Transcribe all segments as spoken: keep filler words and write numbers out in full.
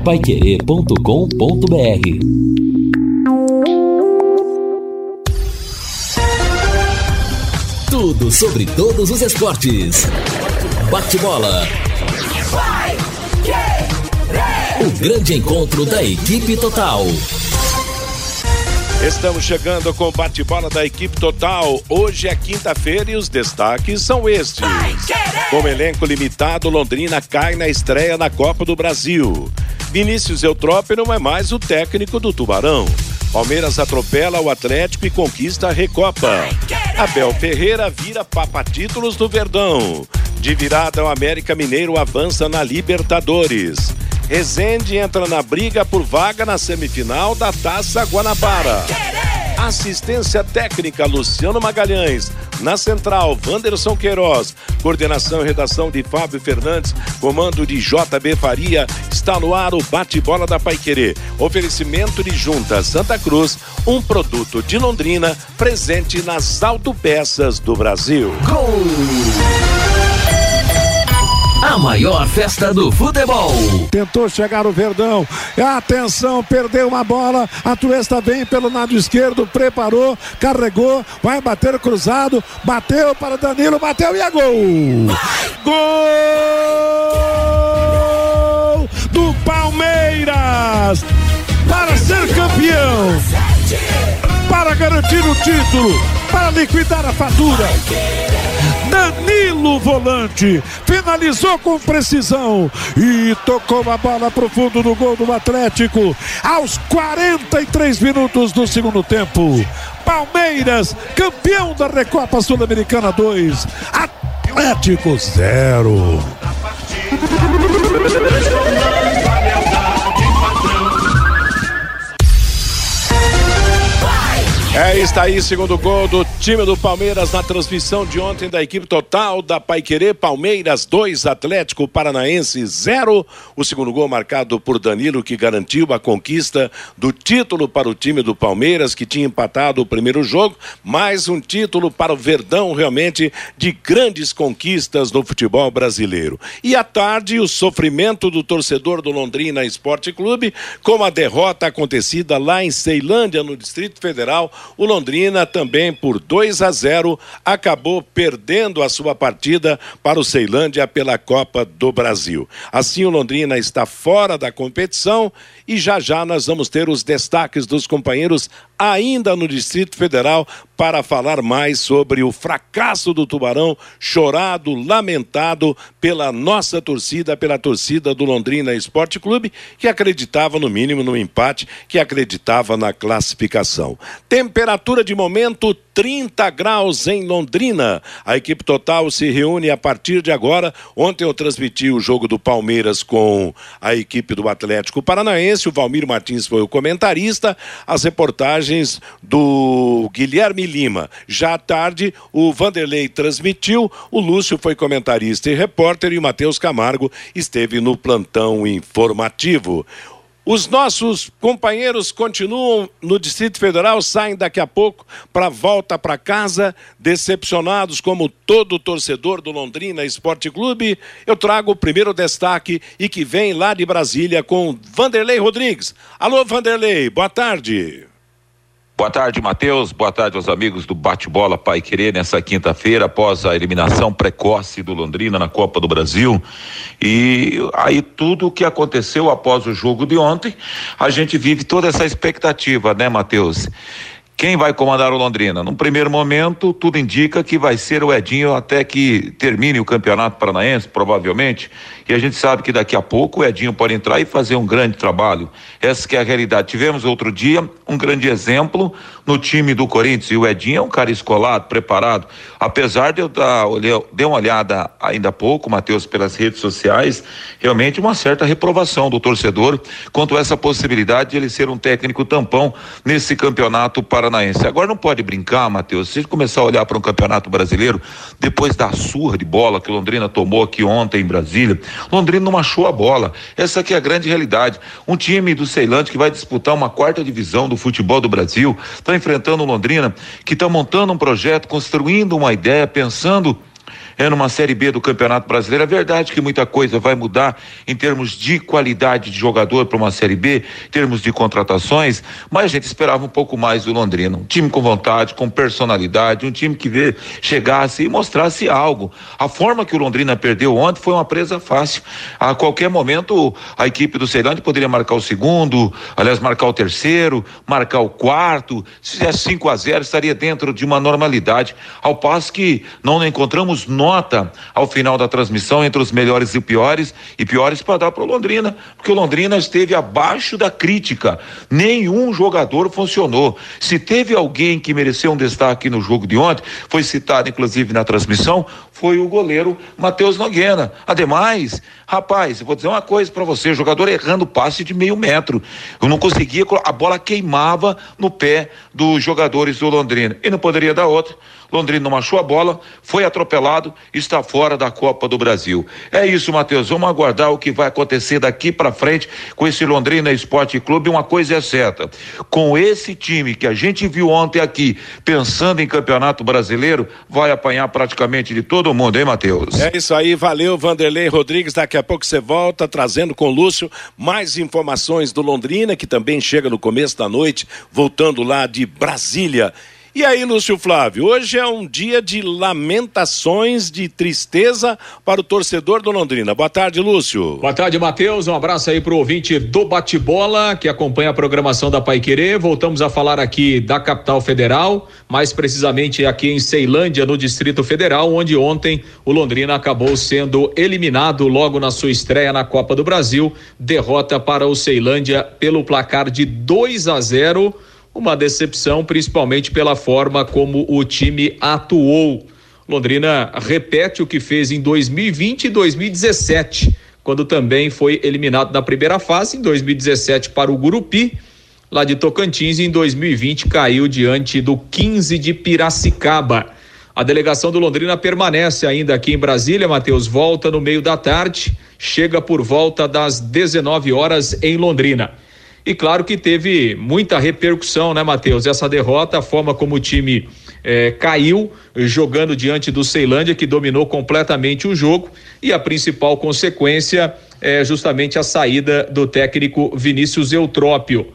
paiquerê ponto com ponto br. Tudo sobre todos os esportes. Bate-bola. O grande encontro da equipe total. Estamos chegando com o bate-bola da equipe total. Hoje é quinta-feira e os destaques são estes. Com elenco limitado, Londrina cai na estreia na Copa do Brasil. Vinícius Eutrópio não é mais o técnico do Tubarão. Palmeiras atropela o Atlético e conquista a Recopa. Abel Ferreira vira papa-títulos do Verdão. De virada, o América Mineiro avança na Libertadores. Resende entra na briga por vaga na semifinal da Taça Guanabara. Assistência técnica Luciano Magalhães. Na central, Wanderson Queiroz. Coordenação e redação de Fábio Fernandes. Comando de J B Faria. Está no ar o bate-bola da Paiquerê. Oferecimento de Junta Santa Cruz. Um produto de Londrina presente nas autopeças do Brasil. Gol! A maior festa do futebol. Tentou chegar o Verdão. Atenção, perdeu uma bola. A Tuesta vem pelo lado esquerdo, preparou, carregou, vai bater cruzado, bateu para Danilo, bateu e é gol! Gol do Palmeiras! Para ser campeão, para garantir o título, para liquidar a fatura. Danilo, volante, finalizou com precisão e tocou a bola pro fundo do gol do Atlético aos quarenta e três minutos do segundo tempo. Palmeiras, campeão da Recopa Sul-Americana dois, Atlético zero. É, está aí, segundo gol do time do Palmeiras na transmissão de ontem da equipe total da Paiquerê. Palmeiras dois, Atlético Paranaense zero. O segundo gol marcado por Danilo, que garantiu a conquista do título para o time do Palmeiras, que tinha empatado o primeiro jogo. Mais um título para o Verdão, realmente, de grandes conquistas no futebol brasileiro. E à tarde, o sofrimento do torcedor do Londrina Esporte Clube, com a derrota acontecida lá em Ceilândia, no Distrito Federal. O Londrina também por dois a zero acabou perdendo a sua partida para o Ceilândia pela Copa do Brasil. Assim o Londrina está fora da competição e já já nós vamos ter os destaques dos companheiros ainda no Distrito Federal para falar mais sobre o fracasso do Tubarão, chorado, lamentado pela nossa torcida, pela torcida do Londrina Esporte Clube, que acreditava no mínimo no empate, que acreditava na classificação. Temperatura de momento trinta graus em Londrina. A equipe total se reúne a partir de agora. Ontem eu transmiti o jogo do Palmeiras com a equipe do Atlético Paranaense. O Valmir Martins foi o comentarista. As reportagens do Guilherme Lima. Já à tarde, o Vanderlei transmitiu. O Lúcio foi comentarista e repórter. E o Matheus Camargo esteve no plantão informativo. Os nossos companheiros continuam no Distrito Federal, saem daqui a pouco para volta para casa, decepcionados como todo torcedor do Londrina Esporte Clube. Eu trago o primeiro destaque e que vem lá de Brasília com Vanderlei Rodrigues. Alô, Vanderlei, boa tarde. Boa tarde, Matheus. Boa tarde aos amigos do Bate-Bola Paiquerê nessa quinta-feira, após a eliminação precoce do Londrina na Copa do Brasil. E aí tudo o que aconteceu após o jogo de ontem, a gente vive toda essa expectativa, né, Matheus? Quem vai comandar o Londrina? Num primeiro momento, tudo indica que vai ser o Edinho até que termine o Campeonato Paranaense, provavelmente. E a gente sabe que daqui a pouco o Edinho pode entrar e fazer um grande trabalho. Essa que é a realidade. Tivemos outro dia um grande exemplo no time do Corinthians. E o Edinho é um cara escolado, preparado. Apesar de eu dar, dei uma olhada ainda há pouco, Matheus, pelas redes sociais, realmente uma certa reprovação do torcedor quanto a essa possibilidade de ele ser um técnico tampão nesse Campeonato Paranaense. Agora não pode brincar, Matheus, se a gente começar a olhar para um Campeonato Brasileiro, depois da surra de bola que o Londrina tomou aqui ontem em Brasília, Londrina não achou a bola. Essa aqui é a grande realidade. Um time do Ceilândia que vai disputar uma quarta divisão do futebol do Brasil, está enfrentando o Londrina, que está montando um projeto, construindo uma ideia, pensando é numa Série B do Campeonato Brasileiro. É verdade que muita coisa vai mudar em termos de qualidade de jogador para uma Série B, em termos de contratações, mas a gente esperava um pouco mais do Londrina, um time com vontade, com personalidade, um time que vê, chegasse e mostrasse algo. A forma que o Londrina perdeu ontem foi uma presa fácil. A qualquer momento a equipe do Ceilândia poderia marcar o segundo, aliás, marcar o terceiro, marcar o quarto. Se fizesse cinco a zero, estaria dentro de uma normalidade. Ao passo que não encontramos nota ao final da transmissão entre os melhores e piores, e piores para dar para o Londrina, porque o Londrina esteve abaixo da crítica. Nenhum jogador funcionou. Se teve alguém que mereceu um destaque no jogo de ontem, foi citado inclusive na transmissão, foi o goleiro Matheus Nogueira. Ademais, rapaz, eu vou dizer uma coisa para você, o jogador errando passe de meio metro. Eu não conseguia, a bola queimava no pé dos jogadores do Londrina. E não poderia dar outra. Londrina não achou a bola, foi atropelado, está fora da Copa do Brasil. É isso, Matheus, vamos aguardar o que vai acontecer daqui para frente com esse Londrina Esporte Clube. Uma coisa é certa, com esse time que a gente viu ontem aqui, pensando em Campeonato Brasileiro, vai apanhar praticamente de todo mundo, hein, Matheus? É isso aí, valeu, Vanderlei Rodrigues. Daqui a pouco você volta trazendo com o Lúcio mais informações do Londrina, que também chega no começo da noite, voltando lá de Brasília. E aí, Lúcio Flávio, hoje é um dia de lamentações, de tristeza para o torcedor do Londrina. Boa tarde, Lúcio. Boa tarde, Matheus. Um abraço aí pro ouvinte do Bate-Bola, que acompanha a programação da Paiquerê. Voltamos a falar aqui da capital federal, mais precisamente aqui em Ceilândia, no Distrito Federal, onde ontem o Londrina acabou sendo eliminado logo na sua estreia na Copa do Brasil. Derrota para o Ceilândia pelo placar de dois a zero. Uma decepção, principalmente pela forma como o time atuou. Londrina repete o que fez em dois mil e vinte e dois mil e dezessete, quando também foi eliminado na primeira fase, em dois mil e dezessete para o Gurupi, lá de Tocantins, e em dois mil e vinte caiu diante do quinze de Piracicaba. A delegação do Londrina permanece ainda aqui em Brasília, Matheus, volta no meio da tarde, chega por volta das dezenove horas em Londrina. E claro que teve muita repercussão, né, Matheus? Essa derrota, a forma como o time eh, caiu, jogando diante do Ceilândia, que dominou completamente o jogo, e a principal consequência é justamente a saída do técnico Vinícius Eutrópio.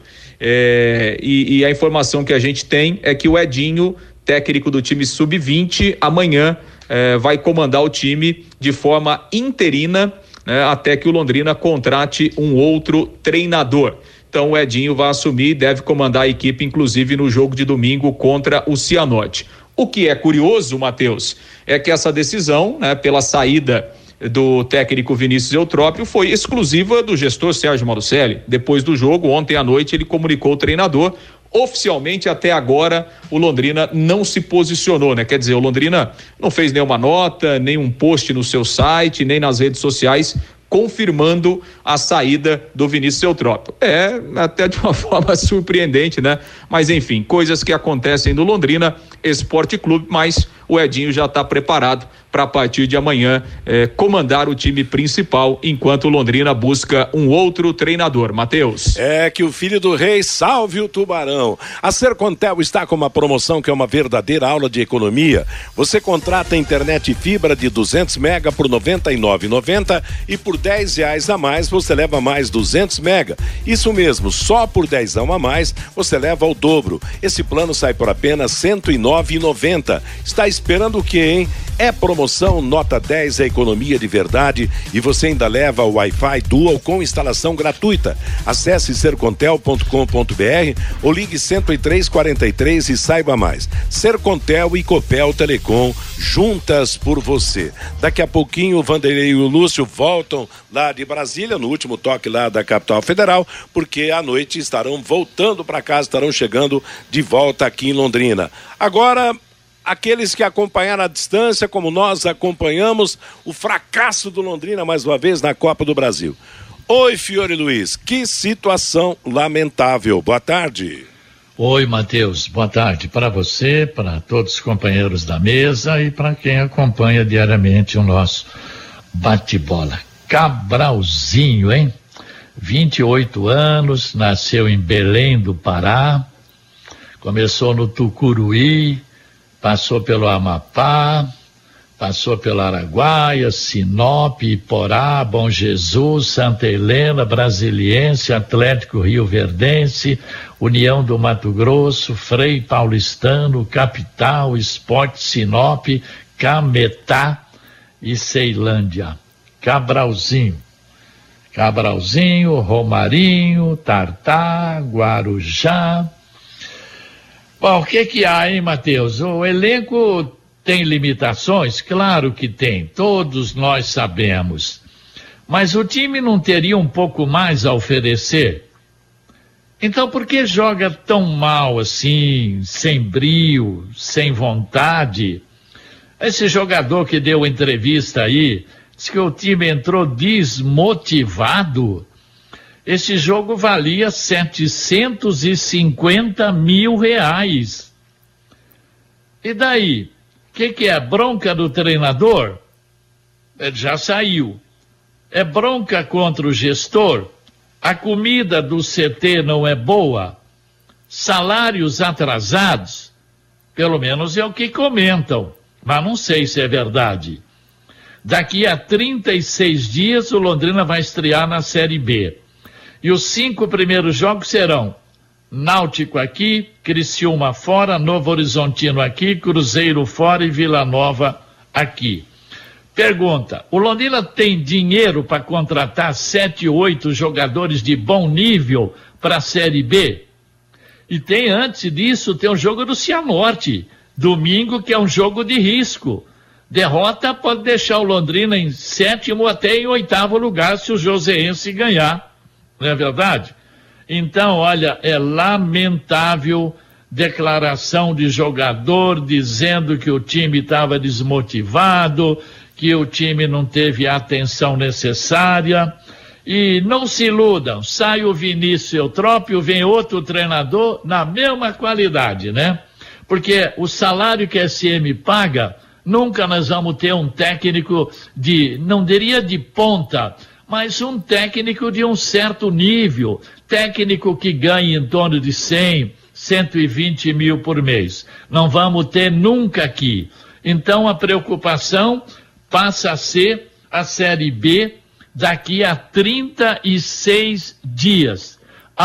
Eh, e, e a informação que a gente tem é que o Edinho, técnico do time sub vinte, amanhã eh, vai comandar o time de forma interina, né, até que o Londrina contrate um outro treinador. Então o Edinho vai assumir e deve comandar a equipe, inclusive no jogo de domingo contra o Cianorte. O que é curioso, Matheus, é que essa decisão, né, pela saída do técnico Vinícius Eutrópio, foi exclusiva do gestor Sérgio Malucelli. Depois do jogo, ontem à noite, ele comunicou o treinador. Oficialmente, até agora, o Londrina não se posicionou, né? Quer dizer, o Londrina não fez nenhuma nota, nenhum post no seu site, nem nas redes sociais, confirmando a saída do Vinícius Eutrópio. É até de uma forma surpreendente, né? Mas enfim, coisas que acontecem no Londrina Esporte Clube, mas o Edinho já está preparado para a partir de amanhã eh, comandar o time principal, enquanto o Londrina busca um outro treinador. Matheus. É que o filho do rei salve o tubarão. A Sercontel está com uma promoção que é uma verdadeira aula de economia. Você contrata internet fibra de duzentos mega por noventa e nove reais e noventa centavos e por dez reais a mais você leva mais duzentos mega. Isso mesmo, só por dez a mais você leva o dobro. Esse plano sai por apenas cento e nove reais e noventa centavos. Está esperando o quê, hein? É promoção nota dez, é economia de verdade, e você ainda leva o Wi-Fi Dual com instalação gratuita. Acesse sercontel ponto com ponto br ou ligue cento e três, quarenta e três e saiba mais. Sercontel e Copel Telecom, juntas por você. Daqui a pouquinho o Vanderlei e o Lúcio voltam lá de Brasília, no último toque lá da capital federal, porque à noite estarão voltando para casa, estarão chegando de volta aqui em Londrina. Agora, aqueles que acompanharam à distância, como nós acompanhamos, o fracasso do Londrina mais uma vez na Copa do Brasil. Oi, Fiore Luiz, que situação lamentável. Boa tarde. Oi, Matheus, boa tarde para você, para todos os companheiros da mesa e para quem acompanha diariamente o nosso bate-bola. Cabralzinho, hein? vinte e oito anos, nasceu em Belém do Pará, começou no Tucuruí, passou pelo Amapá, passou pela Araguaia, Sinop, Iporá, Bom Jesus, Santa Helena, Brasiliense, Atlético Rioverdense, União do Mato Grosso, Frei Paulistano, Capital, Sport Sinop, Cametá e Ceilândia. Cabralzinho. Cabralzinho, Romarinho, Tartá, Guarujá. Bom, o que que há, hein, Matheus? O elenco tem limitações? Claro que tem, todos nós sabemos. Mas o time não teria um pouco mais a oferecer? Então por que joga tão mal assim, sem brio, sem vontade? Esse jogador que deu entrevista aí, disse que o time entrou desmotivado. Esse jogo valia setecentos e cinquenta mil reais. E daí? O que, que é? Bronca do treinador? Ele já saiu. É bronca contra o gestor? A comida do C T não é boa? Salários atrasados? Pelo menos é o que comentam, mas não sei se é verdade. Daqui a trinta e seis dias o Londrina vai estrear na Série B. E os cinco primeiros jogos serão Náutico aqui, Criciúma fora, Novo Horizontino aqui, Cruzeiro fora e Vila Nova aqui. Pergunta, o Londrina tem dinheiro para contratar sete, oito jogadores de bom nível para a Série B? E tem, antes disso, tem um jogo do Cianorte, domingo, que é um jogo de risco. Derrota pode deixar o Londrina em sétimo até em oitavo lugar se o Joseense ganhar, não é verdade? Então, olha, é lamentável declaração de jogador dizendo que o time estava desmotivado, que o time não teve a atenção necessária. E não se iludam, sai o Vinícius Eutrópio, vem outro treinador na mesma qualidade, né? Porque o salário que a S M paga, nunca nós vamos ter um técnico de, não diria de ponta, mas um técnico de um certo nível, técnico que ganha em torno de cem, cento e vinte mil por mês. Não vamos ter nunca aqui. Então a preocupação passa a ser a Série B daqui a trinta e seis dias.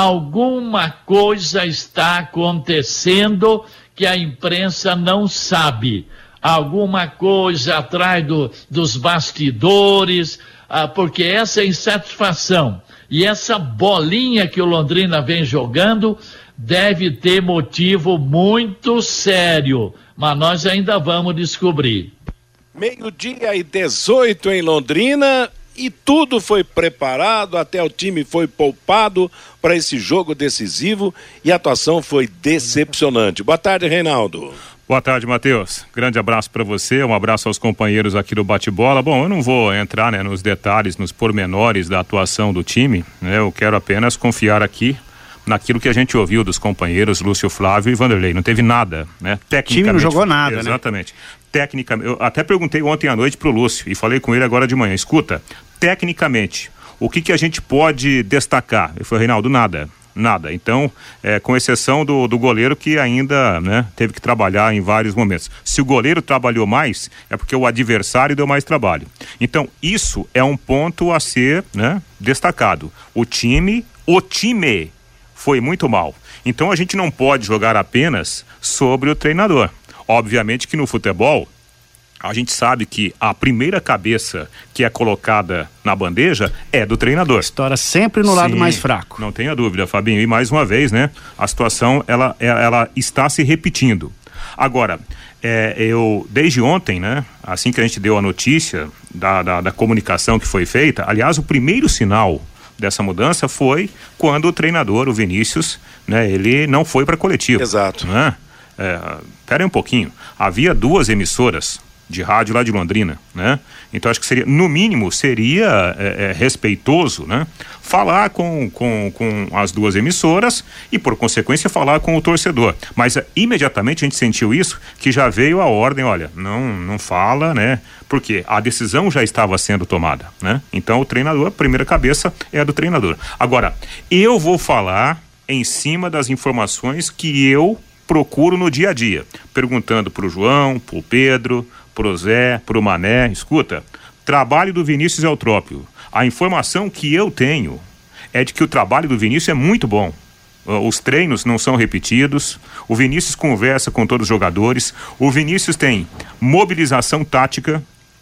Alguma coisa está acontecendo que a imprensa não sabe. Alguma coisa atrás do, dos bastidores, ah, porque essa insatisfação e essa bolinha que o Londrina vem jogando deve ter motivo muito sério, mas nós ainda vamos descobrir. Meio-dia e dezoito em Londrina e tudo foi preparado, até o time foi poupado para esse jogo decisivo e a atuação foi decepcionante. Boa tarde, Reinaldo. Boa tarde, Matheus. Grande abraço para você, um abraço aos companheiros aqui do Bate-Bola. Bom, eu não vou entrar, né, nos detalhes, nos pormenores da atuação do time, né? Eu quero apenas confiar aqui naquilo que a gente ouviu dos companheiros Lúcio Flávio e Vanderlei. Não teve nada, né? Tecnicamente. O time não jogou nada, exatamente. né? Exatamente. Tecnicamente, eu até perguntei ontem à noite pro Lúcio e falei com ele agora de manhã. Escuta, tecnicamente, o que que a gente pode destacar? Ele falou, Reinaldo, nada. Nada. Então, é, com exceção do, do goleiro que ainda, né, teve que trabalhar em vários momentos. Se o goleiro trabalhou mais, é porque o adversário deu mais trabalho. Então, isso é um ponto a ser, né, destacado. O time, o time foi muito mal. Então, a gente não pode jogar apenas sobre o treinador. Obviamente que no futebol, a gente sabe que a primeira cabeça que é colocada na bandeja é do treinador. Estoura sempre no Sim, lado mais fraco. Não tenha dúvida, Fabinho. E mais uma vez, né? A situação, ela, ela está se repetindo. Agora, é, eu, desde ontem, né? Assim que a gente deu a notícia da, da, da comunicação que foi feita, aliás, o primeiro sinal dessa mudança foi quando o treinador, o Vinícius, né? Ele não foi para coletiva. Exato. Né? É, pera aí um pouquinho. Havia duas emissoras de rádio lá de Londrina, né? Então acho que seria, no mínimo, seria é, é, respeitoso, né? Falar com, com, com as duas emissoras e, por consequência, falar com o torcedor. Mas é, imediatamente a gente sentiu isso, que já veio a ordem, olha, não, não fala, né? Porque a decisão já estava sendo tomada, né? Então o treinador, a primeira cabeça é a do treinador. Agora, eu vou falar em cima das informações que eu procuro no dia a dia, perguntando pro João, pro Pedro, pro Zé, pro Mané. Escuta, trabalho do Vinícius Eutrópio. A informação que eu tenho é de que o trabalho do Vinícius é muito bom. Os treinos não são repetidos, o Vinícius conversa com todos os jogadores, o Vinícius tem mobilização tática,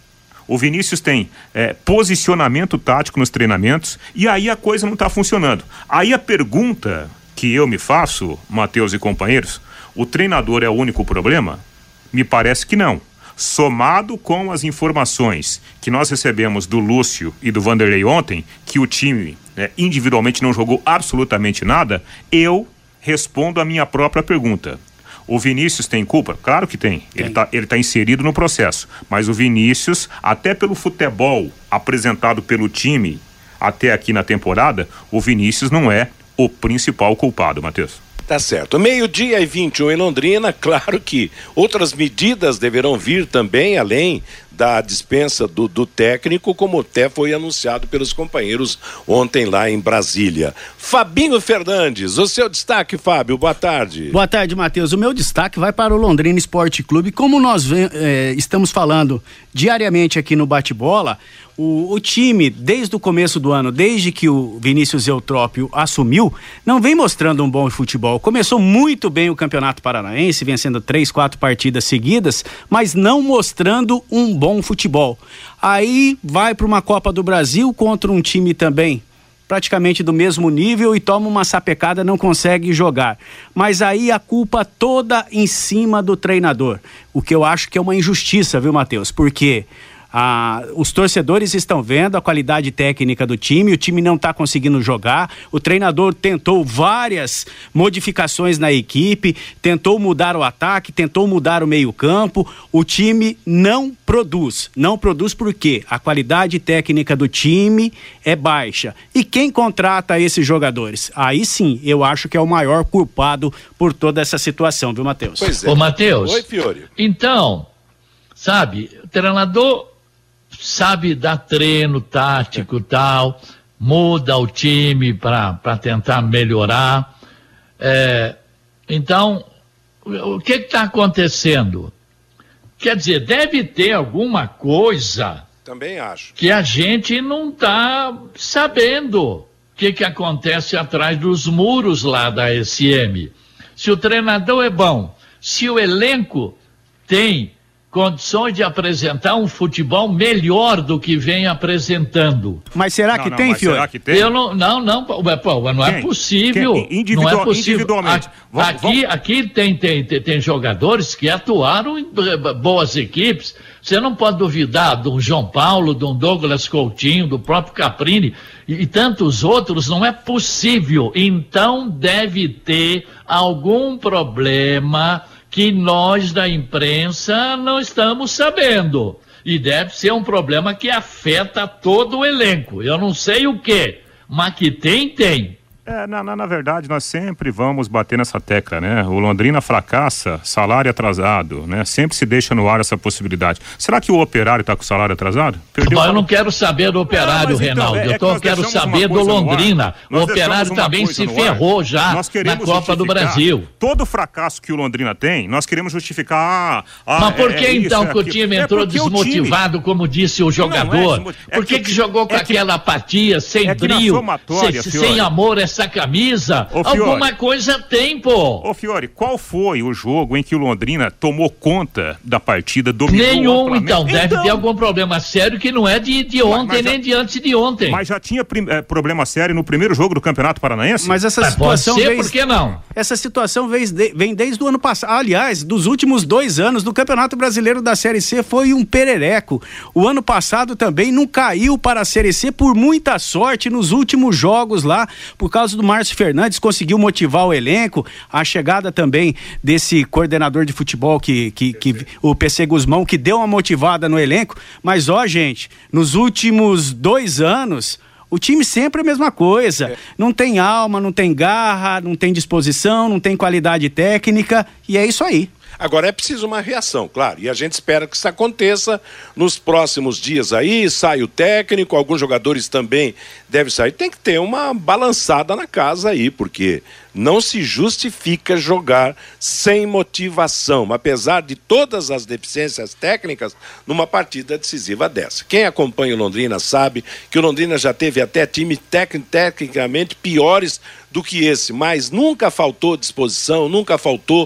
o Vinícius tem é, posicionamento tático nos treinamentos, e aí a coisa não está funcionando. Aí a pergunta que eu me faço, Matheus e companheiros, o treinador é o único problema? Me parece que não. Somado com as informações que nós recebemos do Lúcio e do Vanderlei ontem, que o time né, individualmente não jogou absolutamente nada, eu respondo a minha própria pergunta. O Vinícius tem culpa? Claro que tem. Ele está ele tá inserido no processo. Mas o Vinícius, até pelo futebol apresentado pelo time até aqui na temporada, o Vinícius não é o principal culpado, Matheus. Tá certo. Meio-dia e vinte e um em Londrina, claro que outras medidas deverão vir também, além da dispensa do, do técnico, como até foi anunciado pelos companheiros ontem lá em Brasília. Fabinho Fernandes, o seu destaque, Fábio, boa tarde. Boa tarde, Matheus. O meu destaque vai para o Londrina Esporte Clube. Como nós é, estamos falando diariamente aqui no Bate-Bola, o, o time, desde o começo do ano, desde que o Vinícius Eutrópio assumiu, não vem mostrando um bom futebol. Começou muito bem o Campeonato Paranaense, vencendo três, quatro partidas seguidas, mas não mostrando um bom futebol. Aí vai para uma Copa do Brasil contra um time também praticamente do mesmo nível e toma uma sapecada, não consegue jogar. Mas aí a culpa toda em cima do treinador. O que eu acho que é uma injustiça, viu, Matheus? Porque Ah, os torcedores estão vendo a qualidade técnica do time, o time não está conseguindo jogar, o treinador tentou várias modificações na equipe, tentou mudar o ataque, tentou mudar o meio-campo, o time não produz. Não produz porque a qualidade técnica do time é baixa. E quem contrata esses jogadores? Aí sim, eu acho que é o maior culpado por toda essa situação, viu, Matheus? Pois é. Ô, Matheus. Oi, Fiore. Então, sabe, o treinador sabe dar treino tático e tal, muda o time para tentar melhorar. É, então, o que está acontecendo? Quer dizer, deve ter alguma coisa. Também acho. Que a gente não está sabendo o que, que acontece atrás dos muros lá da S M. Se o treinador é bom, se o elenco tem condições de apresentar um futebol melhor do que vem apresentando. Mas será não, que não, tem, Fiore? Será que tem? Eu não, não, não, pô, não é Quem? possível. Quem? Individual, não é possível. Individualmente. Vamos, aqui vamos. aqui tem, tem, tem, tem jogadores que atuaram em boas equipes. Você não pode duvidar de um João Paulo, de um Douglas Coutinho, do próprio Caprini e, e tantos outros. Não é possível. Então deve ter algum problema que nós da imprensa não estamos sabendo. E deve ser um problema que afeta todo o elenco. Eu não sei o quê, mas que tem, tem. É, na, na, na verdade, nós sempre vamos bater nessa tecla, né? O Londrina fracassa, salário atrasado, né? Sempre se deixa no ar essa possibilidade. Será que o Operário está com salário atrasado? Perdeu Bom, a... eu não quero saber do Operário, não, então, Reinaldo. é, é eu tô, que quero saber do Londrina. O Operário também se ferrou já na Copa do Brasil. Todo fracasso que o Londrina tem, nós queremos justificar. Ah, ah, mas por que é, é então isso, que é o time é entrou desmotivado, time... como disse o jogador? É por que, que, que jogou com é que... aquela apatia, sem é brio, sem, sem amor essa camisa? Ô, alguma coisa tem, pô. Ô, Fiore, qual foi o jogo em que o Londrina tomou conta da partida, dominou Nenhum, o então, deve então... ter algum problema sério que não é de, de ontem, mas, mas nem já... de antes de ontem. Mas já tinha prim... é, problema sério no primeiro jogo do Campeonato Paranaense? Mas essa mas situação pode ser, vem... por que não? Essa situação vem, de... vem desde o ano passado, aliás, dos últimos dois anos do Campeonato Brasileiro da Série C foi um perereco. O ano passado também não caiu para a Série C por muita sorte nos últimos jogos lá, por causa do Márcio Fernandes, conseguiu motivar o elenco, a chegada também desse coordenador de futebol que, que, que o P C Guzmão, que deu uma motivada no elenco, mas ó, gente, nos últimos dois anos o time sempre é a mesma coisa, é. Não tem alma, não tem garra, não tem disposição, não tem qualidade técnica, e é isso aí. Agora é preciso uma reação, claro, e a gente espera que isso aconteça nos próximos dias aí, sai o técnico, alguns jogadores também devem sair, tem que ter uma balançada na casa aí, porque não se justifica jogar sem motivação, apesar de todas as deficiências técnicas, numa partida decisiva dessa. Quem acompanha o Londrina sabe que o Londrina já teve até times tec- tecnicamente piores do que esse, mas nunca faltou disposição, nunca faltou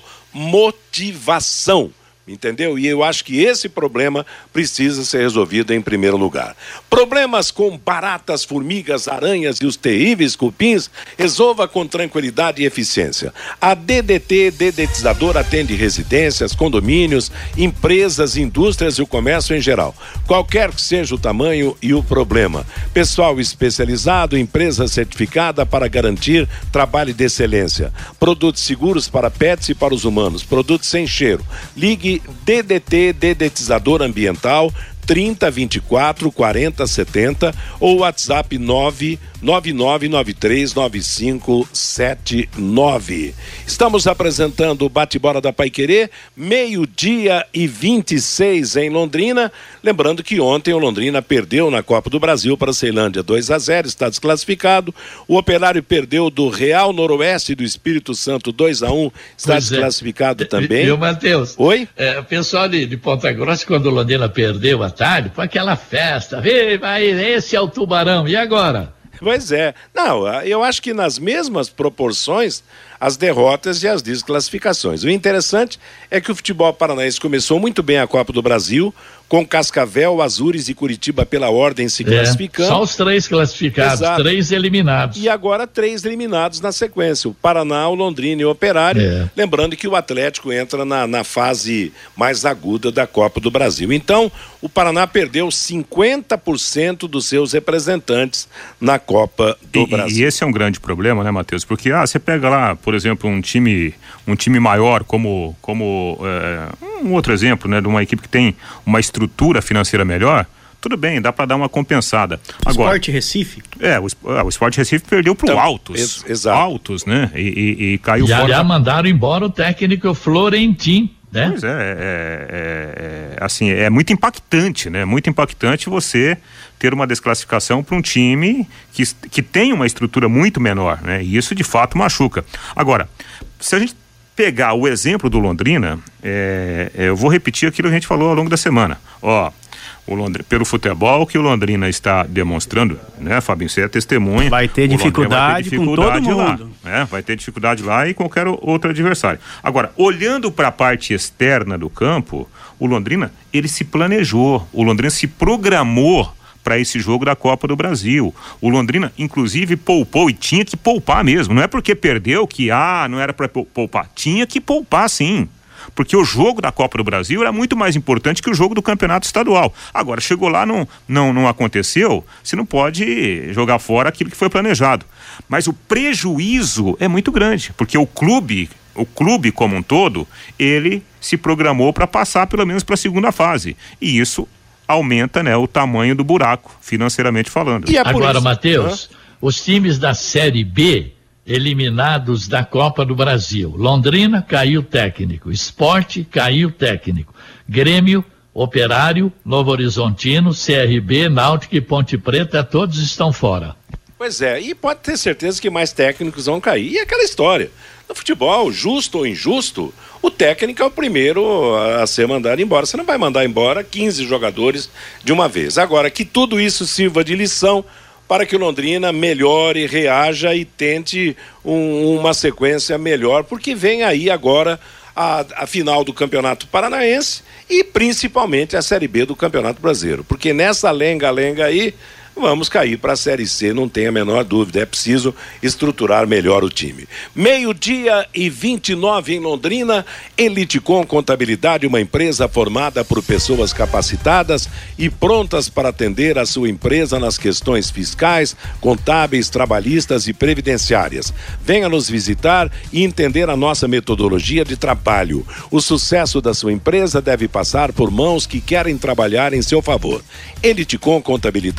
motivação, entendeu? E eu acho que esse problema precisa ser resolvido em primeiro lugar. Problemas com baratas, formigas, aranhas e os terríveis cupins, resolva com tranquilidade e eficiência. A D D T Dedetizador atende residências, condomínios, empresas, indústrias e o comércio em geral. Qualquer que seja o tamanho e o problema. Pessoal especializado, empresa certificada para garantir trabalho de excelência. Produtos seguros para pets e para os humanos. Produtos sem cheiro. Ligue D D T Dedetizador Ambiental trinta, vinte e quatro, quarenta, setenta ou WhatsApp nove nove nove nove três nove cinco sete nove. Estamos apresentando o Bate-Bola da Paiquerê, meio-dia e vinte e seis em Londrina. Lembrando que ontem o Londrina perdeu na Copa do Brasil para a Ceilândia dois a zero, está desclassificado. O Operário perdeu do Real Noroeste do Espírito Santo dois a um, está pois desclassificado é. também. Viu, Matheus? Oi? É, o pessoal de, de Ponta Grossa, quando o Londrina perdeu à tarde, foi aquela festa. Vê, vai, esse é o Tubarão. E agora? Pois é. Não, eu acho que nas mesmas proporções as derrotas e as desclassificações. O interessante é que o futebol paranaense começou muito bem a Copa do Brasil, com Cascavel, Azures e Curitiba pela ordem se classificando. É, só os três classificados, Exato. três eliminados. E agora três eliminados na sequência, o Paraná, o Londrina e o Operário. É. Lembrando que o Atlético entra na, na fase mais aguda da Copa do Brasil. Então, o Paraná perdeu cinquenta por cento dos seus representantes na Copa do e, Brasil. E esse é um grande problema, né, Matheus? Porque ah, você pega lá, por exemplo, um time, um time maior como, como é, um outro exemplo, né, de uma equipe que tem uma estrutura financeira melhor, tudo bem, dá para dar uma compensada. Agora, Sport Recife? É, o, o Sport Recife perdeu pro então, Altos. Ex- exato. Altos, né? E, e, e caiu já, fora. Já mandaram embora o técnico Florentin, né? Pois é, é, é, é, assim, é muito impactante, né? Muito impactante você ter uma desclassificação para um time que, que tem uma estrutura muito menor, né? E isso de fato machuca. Agora, se a gente pegar o exemplo do Londrina, é, é, eu vou repetir aquilo que a gente falou ao longo da semana. Ó, o Londrina, pelo futebol que o Londrina está demonstrando, né, Fabinho, você é testemunha. Vai ter dificuldade, vai ter dificuldade com todo lá, mundo. né? Vai ter dificuldade lá e qualquer outro adversário. Agora, olhando para a parte externa do campo, o Londrina, ele se planejou, o Londrina se programou para esse jogo da Copa do Brasil. O Londrina, inclusive, poupou e tinha que poupar mesmo. Não é porque perdeu que, ah, não era para poupar. Tinha que poupar, sim. Porque o jogo da Copa do Brasil era muito mais importante que o jogo do Campeonato Estadual. Agora, chegou lá, não, não, não aconteceu, você não pode jogar fora aquilo que foi planejado. Mas o prejuízo é muito grande, porque o clube, o clube como um todo, ele se programou para passar pelo menos para a segunda fase. E isso aumenta, né, o tamanho do buraco, financeiramente falando. E é Agora, Matheus, né? Os times da Série B eliminados da Copa do Brasil. Londrina caiu técnico, Sport caiu técnico, Grêmio, Operário, Novo Horizontino, C R B, Náutico e Ponte Preta, todos estão fora. Pois é, e pode ter certeza que mais técnicos vão cair. E aquela história, no futebol, justo ou injusto, o técnico é o primeiro a ser mandado embora. Você não vai mandar embora quinze jogadores de uma vez. Agora, que tudo isso sirva de lição para que o Londrina melhore, reaja e tente um, uma sequência melhor, porque vem aí agora a, a final do Campeonato Paranaense e principalmente a Série B do Campeonato Brasileiro, porque nessa lenga-lenga aí vamos cair para a Série C, não tem a menor dúvida, é preciso estruturar melhor o time. Meio-dia e vinte e nove em Londrina, Eliticom Contabilidade, uma empresa formada por pessoas capacitadas e prontas para atender a sua empresa nas questões fiscais, contábeis, trabalhistas e previdenciárias. Venha nos visitar e entender a nossa metodologia de trabalho. O sucesso da sua empresa deve passar por mãos que querem trabalhar em seu favor. Eliticom Contabilidade, o nome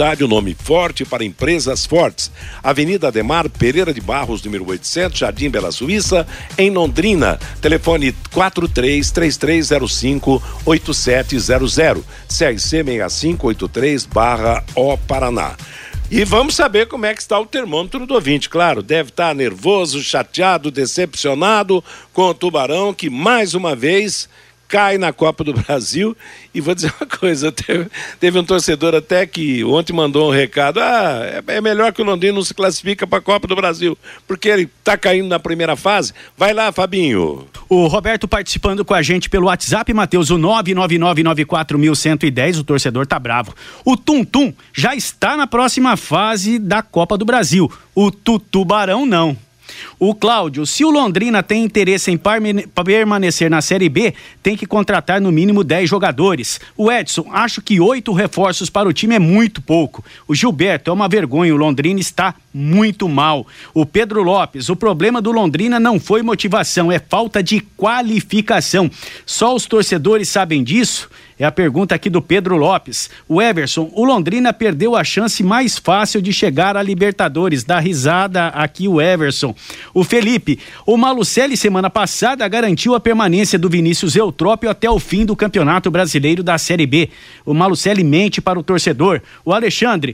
nome forte para empresas fortes. Avenida Ademar Pereira de Barros, número oitocentos, Jardim Bela Suíça, em Londrina. Telefone quatro três três três zero cinco oito sete zero zero. C R C seis cinco oito três barra O Paraná. E vamos saber como é que está o termômetro do ouvinte. Claro, deve estar nervoso, chateado, decepcionado com o Tubarão, que mais uma vez cai na Copa do Brasil. E vou dizer uma coisa, teve, teve um torcedor até que ontem mandou um recado, ah, é, é melhor que o Londrina não se classifica para a Copa do Brasil, porque ele está caindo na primeira fase. Vai lá, Fabinho. O Roberto participando com a gente pelo WhatsApp, Matheus, o nove nove nove nove quatro um zero um zero, o torcedor tá bravo. O Tum Tum já está na próxima fase da Copa do Brasil, o Tutubarão não. O Cláudio, se o Londrina tem interesse em permanecer na Série B, tem que contratar no mínimo dez jogadores. O Edson, acho que oito reforços para o time é muito pouco. O Gilberto, é uma vergonha, o Londrina está muito mal. O Pedro Lopes, o problema do Londrina não foi motivação, é falta de qualificação. Só os torcedores sabem disso? É a pergunta aqui do Pedro Lopes. O Everson, o Londrina perdeu a chance mais fácil de chegar à Libertadores. Dá risada aqui o Everson. O Felipe, o Malucelli semana passada garantiu a permanência do Vinícius Eutrópio até o fim do Campeonato Brasileiro da Série B. O Malucelli mente para o torcedor. O Alexandre,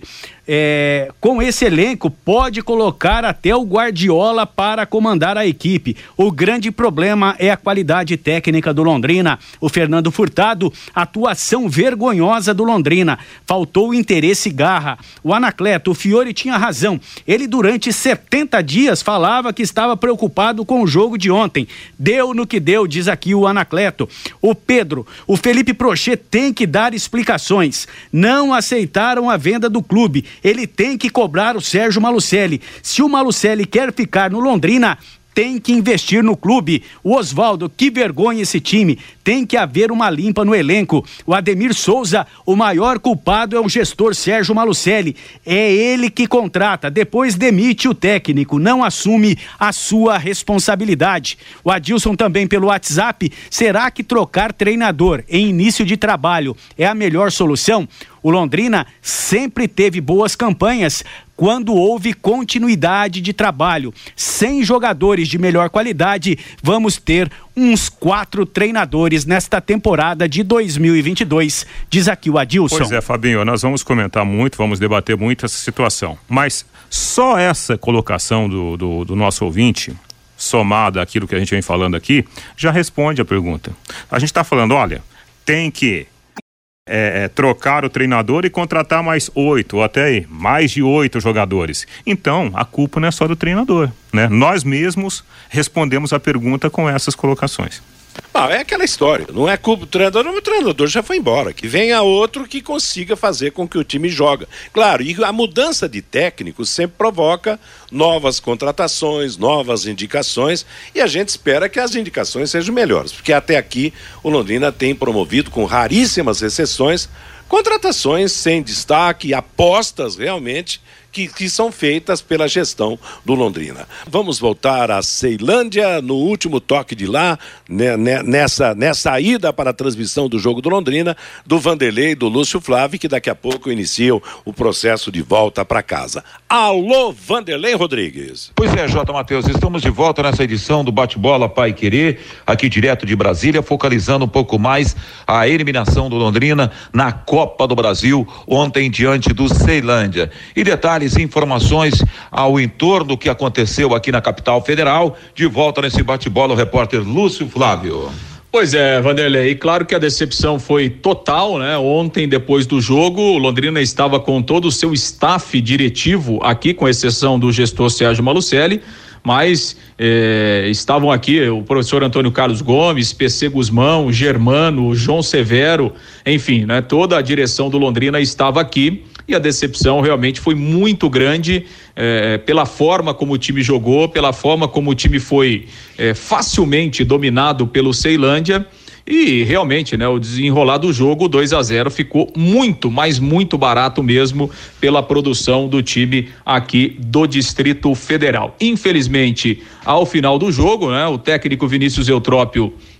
é, com esse elenco pode colocar até o Guardiola para comandar a equipe. O grande problema é a qualidade técnica do Londrina. O Fernando Furtado, atuação vergonhosa do Londrina, faltou interesse e garra. O Anacleto, o Fiore tinha razão, ele durante setenta dias falava que estava preocupado com o jogo de ontem, deu no que deu, diz aqui o Anacleto. O Pedro, o Felipe Prochet tem que dar explicações, não aceitaram a venda do clube, ele tem que cobrar o Sérgio Malucelli, se o Malucelli quer ficar no Londrina, tem que investir no clube. O Oswaldo, que vergonha esse time, tem que haver uma limpa no elenco. O Ademir Souza, o maior culpado é o gestor Sérgio Malucelli, é ele que contrata, depois demite o técnico, não assume a sua responsabilidade. O Adilson também pelo WhatsApp, será que trocar treinador em início de trabalho é a melhor solução? O Londrina sempre teve boas campanhas quando houve continuidade de trabalho. Sem jogadores de melhor qualidade, vamos ter uns quatro treinadores nesta temporada de dois mil e vinte e dois, diz aqui o Adilson. Pois é, Fabinho, nós vamos comentar muito, vamos debater muito essa situação, mas só essa colocação do, do, do nosso ouvinte, somada àquilo que a gente vem falando aqui, já responde a pergunta. A gente está falando, olha, tem que É, é, trocar o treinador e contratar mais oito, ou até aí, mais de oito jogadores. Então, a culpa não é só do treinador, né? Nós mesmos respondemos a pergunta com essas colocações. Ah, é aquela história, não é culpa do treinador, não, o treinador já foi embora, que venha outro que consiga fazer com que o time joga. Claro, e a mudança de técnico sempre provoca novas contratações, novas indicações, e a gente espera que as indicações sejam melhores, porque até aqui o Londrina tem promovido, com raríssimas exceções, contratações sem destaque, apostas realmente que, que são feitas pela gestão do Londrina. Vamos voltar a Ceilândia no último toque de lá, né, né, nessa, nessa ida para a transmissão do jogo do Londrina, do Vanderlei e do Lúcio Flávio, que daqui a pouco iniciam o processo de volta para casa. Alô, Vanderlei Rodrigues. Pois é, J. Matheus, estamos de volta nessa edição do Bate-Bola Pai Querer, aqui direto de Brasília, focalizando um pouco mais a eliminação do Londrina na Copa do Brasil, ontem diante do Ceilândia. E detalhes, informações ao entorno do que aconteceu aqui na capital federal. De volta nesse bate-bola, o repórter Lúcio Flávio. Pois é, Vanderlei, e claro que a decepção foi total, né? Ontem, depois do jogo, o Londrina estava com todo o seu staff diretivo aqui, com exceção do gestor Sérgio Malucelli, mas eh, estavam aqui o professor Antônio Carlos Gomes, P C Guzmão, Germano, João Severo, enfim, né? Toda a direção do Londrina estava aqui. E a decepção realmente foi muito grande eh, pela forma como o time jogou, pela forma como o time foi eh, facilmente dominado pelo Ceilândia. E realmente, né, o desenrolar do jogo, dois a zero, ficou muito, mas muito barato mesmo pela produção do time aqui do Distrito Federal. Infelizmente, ao final do jogo, né, o técnico Vinícius Eutrópio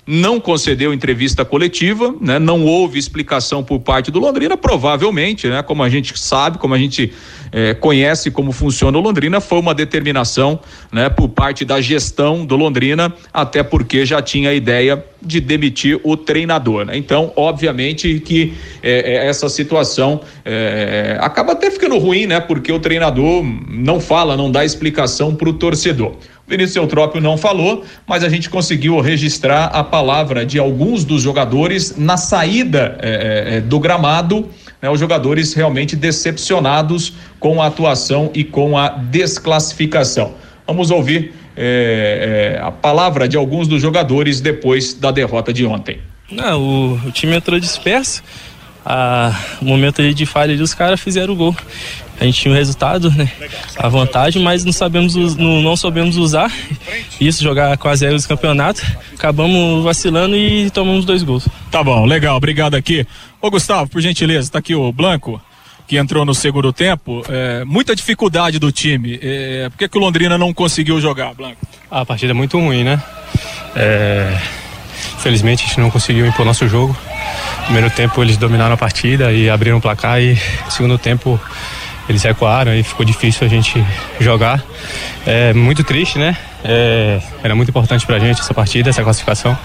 não concedeu entrevista coletiva, né? Não houve explicação por parte do Londrina, provavelmente, né? Como a gente sabe, como a gente eh, conhece como funciona o Londrina, foi uma determinação, né? Por parte da gestão do Londrina, até porque já tinha a ideia de demitir o treinador, né? Então, obviamente que eh, essa situação eh, acaba até ficando ruim, né? Porque o treinador não fala, não dá explicação para o torcedor. O Vinícius Eutrópio não falou, mas a gente conseguiu registrar a palavra de alguns dos jogadores na saída eh, do gramado, né? Os jogadores realmente decepcionados com a atuação e com a desclassificação. Vamos ouvir eh, eh, a palavra de alguns dos jogadores depois da derrota de ontem. Não, o, o time entrou disperso. A, no momento ali de falha, ali, os caras fizeram o gol. A gente tinha o resultado, né? A vantagem, mas não sabemos, não, não soubemos usar isso, jogar quase aí os campeonatos. Acabamos vacilando e tomamos dois gols. Tá bom, legal, obrigado aqui. Ô Gustavo, por gentileza, tá aqui o Blanco, que entrou no segundo tempo. É, muita dificuldade do time. É, por que, que o Londrina não conseguiu jogar, Blanco? Ah, a partida é muito ruim, né? É, infelizmente a gente não conseguiu impor nosso jogo. No primeiro tempo eles dominaram a partida e abriram o placar, e no segundo tempo eles recuaram e ficou difícil a gente jogar. É muito triste, né? É, era muito importante pra gente essa partida, essa classificação.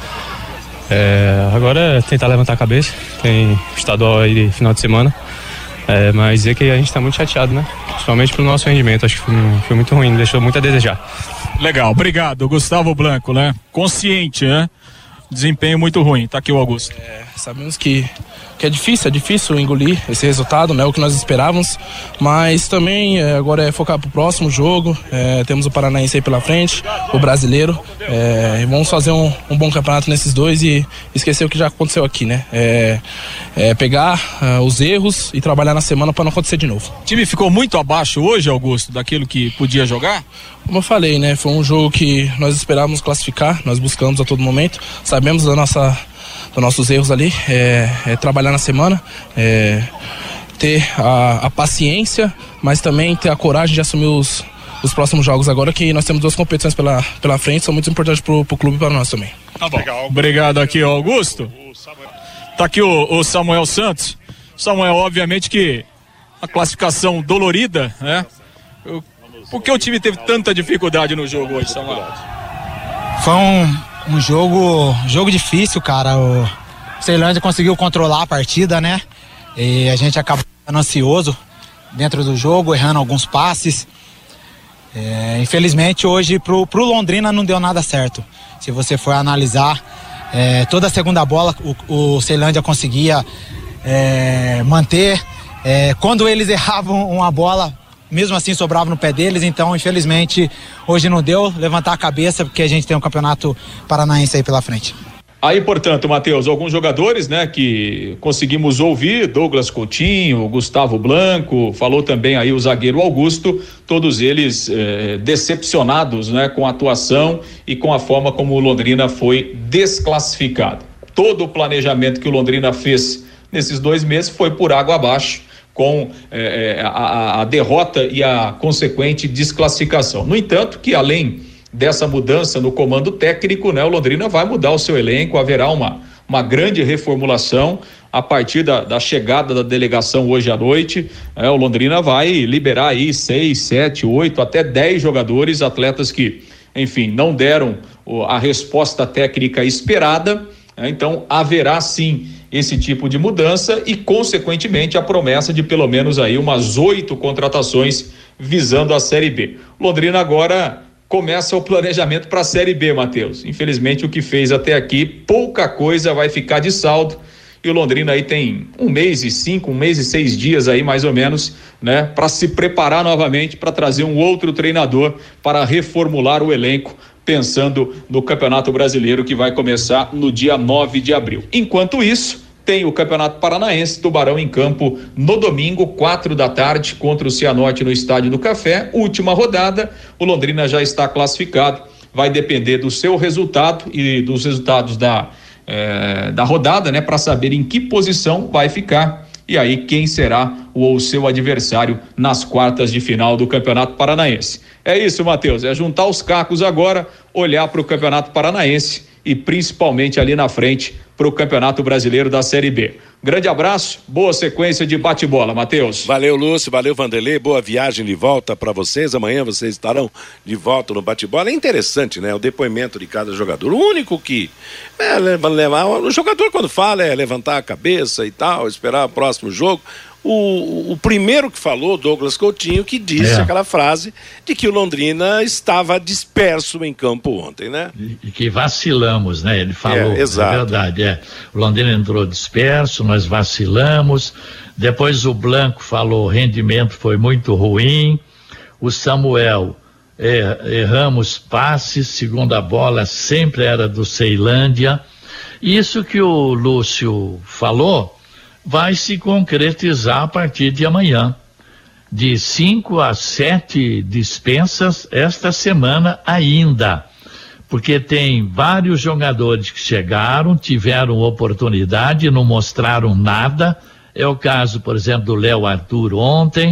É, agora é tentar levantar a cabeça. Tem estadual aí final de semana. É, mas dizer que a gente tá muito chateado, né? Principalmente pelo nosso rendimento. Acho que foi, foi muito ruim, deixou muito a desejar. Legal, obrigado. Gustavo Blanco, né? Consciente, né? Desempenho muito ruim. Tá aqui o Augusto. É, sabemos que, que é difícil, é difícil engolir esse resultado, né? O que nós esperávamos, mas também é, agora é focar pro próximo jogo. É, temos o Paranaense aí pela frente, o Brasileiro. É, vamos fazer um, um bom campeonato nesses dois e esquecer o que já aconteceu aqui, né? É, é pegar uh, os erros e trabalhar na semana para não acontecer de novo. O time ficou muito abaixo hoje, Augusto, daquilo que podia jogar? Como eu falei, né? Foi um jogo que nós esperávamos classificar, nós buscamos a todo momento, sabemos da nossa, dos nossos erros ali, é, é trabalhar na semana, é, ter a, a paciência, mas também ter a coragem de assumir os, os próximos jogos agora, que nós temos duas competições pela, pela frente, são muito importantes pro, pro clube e para nós também. Tá bom. Obrigado aqui, Augusto. Tá aqui o, o Samuel Santos. Samuel, obviamente que a classificação dolorida, né? Eu, por que o time teve tanta dificuldade no jogo hoje, Samuel? Foi um, um jogo, jogo difícil, cara. O Ceilândia conseguiu controlar a partida, né? E a gente acabou ficando ansioso dentro do jogo, errando alguns passes. É, infelizmente hoje pro, pro Londrina não deu nada certo. Se você for analisar, é, toda a segunda bola o, o Ceilândia conseguia é, manter. É, quando eles erravam uma bola, mesmo assim sobrava no pé deles. Então infelizmente hoje não deu. Levantar a cabeça porque a gente tem um campeonato paranaense aí pela frente. Aí, portanto, Matheus, alguns jogadores, né, que conseguimos ouvir, Douglas Coutinho, Gustavo Blanco, falou também aí o zagueiro Augusto, todos eles eh, decepcionados, né, com a atuação e com a forma como o Londrina foi desclassificado. Todo o planejamento que o Londrina fez nesses dois meses foi por água abaixo, com eh, a, a derrota e a consequente desclassificação. No entanto, que além dessa mudança no comando técnico, né, o Londrina vai mudar o seu elenco, haverá uma, uma grande reformulação a partir da, da chegada da delegação hoje à noite. Né, o Londrina vai liberar aí seis, sete, oito, até dez jogadores, atletas que, enfim, não deram a resposta técnica esperada. Né, então haverá sim esse tipo de mudança e, consequentemente, a promessa de pelo menos aí umas oito contratações visando a Série B. Londrina agora começa o planejamento para a Série B, Matheus. Infelizmente, o que fez até aqui, pouca coisa vai ficar de saldo. E o Londrina aí tem um mês e cinco, um mês e seis dias aí, mais ou menos, né, para se preparar novamente para trazer um outro treinador para reformular o elenco, pensando no Campeonato Brasileiro que vai começar no dia nove de abril. Enquanto isso, tem o Campeonato Paranaense, Tubarão em campo no domingo, quatro da tarde, contra o Cianorte no Estádio do Café. Última rodada, o Londrina já está classificado, vai depender do seu resultado e dos resultados da, eh, da rodada, né, para saber em que posição vai ficar e aí quem será o, o seu adversário nas quartas de final do Campeonato Paranaense. É isso, Matheus, é juntar os cacos agora, olhar para o Campeonato Paranaense e principalmente ali na frente para o Campeonato Brasileiro da Série B. Grande abraço, boa sequência de bate-bola, Matheus. Valeu, Lúcio, valeu, Vanderlei, boa viagem de volta para vocês. Amanhã vocês estarão de volta no bate-bola. É interessante, né? O depoimento de cada jogador. O único que é levar, o jogador quando fala é levantar a cabeça e tal, esperar o próximo jogo. O, o primeiro que falou, Douglas Coutinho, que disse é. aquela frase de que o Londrina estava disperso em campo ontem, né? E que vacilamos, né? Ele falou, é, exato. É verdade, é. O Londrina entrou disperso, nós vacilamos. Depois o Blanco falou, o rendimento foi muito ruim. O Samuel, é, erramos passes, segunda bola sempre era do Ceilândia. Isso que o Lúcio falou vai se concretizar a partir de amanhã. De cinco a sete dispensas esta semana ainda. Porque tem vários jogadores que chegaram, tiveram oportunidade, não mostraram nada. É o caso, por exemplo, do Léo Arthur ontem,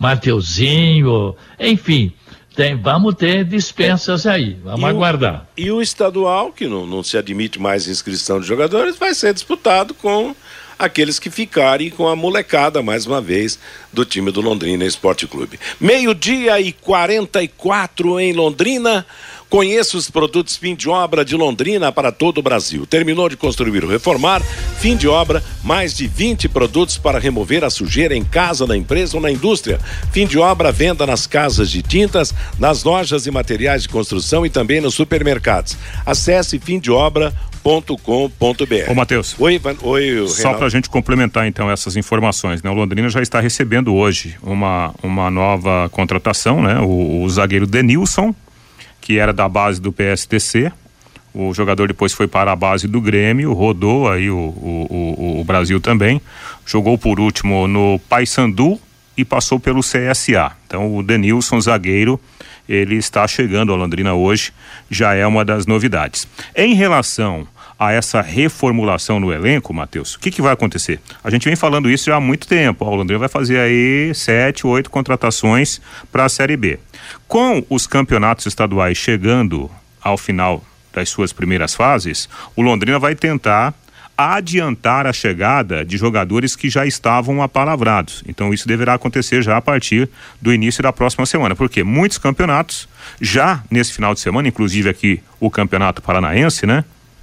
Mateuzinho, enfim. Tem, vamos ter dispensas aí, vamos e aguardar. O, e o estadual, que não, não se admite mais inscrição de jogadores, vai ser disputado com aqueles que ficarem com a molecada, mais uma vez, do time do Londrina Esporte Clube. Meio-dia e quarenta e quatro em Londrina. Conheça os produtos fim de obra de Londrina para todo o Brasil. Terminou de construir ou reformar, fim de obra, mais de vinte produtos para remover a sujeira em casa, na empresa ou na indústria. Fim de obra, venda nas casas de tintas, nas lojas e materiais de construção e também nos supermercados. Acesse fim de obra ponto com ponto b r. Ô, Matheus. Oi, Van... Oi, Só para a gente complementar então essas informações, né? O Londrina já está recebendo hoje uma, uma nova contratação, né? O, o zagueiro Denilson, que era da base do P S T C. O jogador depois foi para a base do Grêmio, rodou aí o, o, o, o Brasil também, jogou por último no Paysandu e passou pelo C S A. Então o Denilson, zagueiro, ele está chegando ao Londrina hoje, já é uma das novidades. Em relação a essa reformulação no elenco, Matheus, o que que vai acontecer? A gente vem falando isso já há muito tempo. O Londrina vai fazer aí sete, oito contratações para a Série B. Com os campeonatos estaduais chegando ao final das suas primeiras fases, o Londrina vai tentar adiantar a chegada de jogadores que já estavam apalavrados. Então isso deverá acontecer já a partir do início da próxima semana, porque muitos campeonatos já nesse final de semana, inclusive aqui o Campeonato Paranaense, né?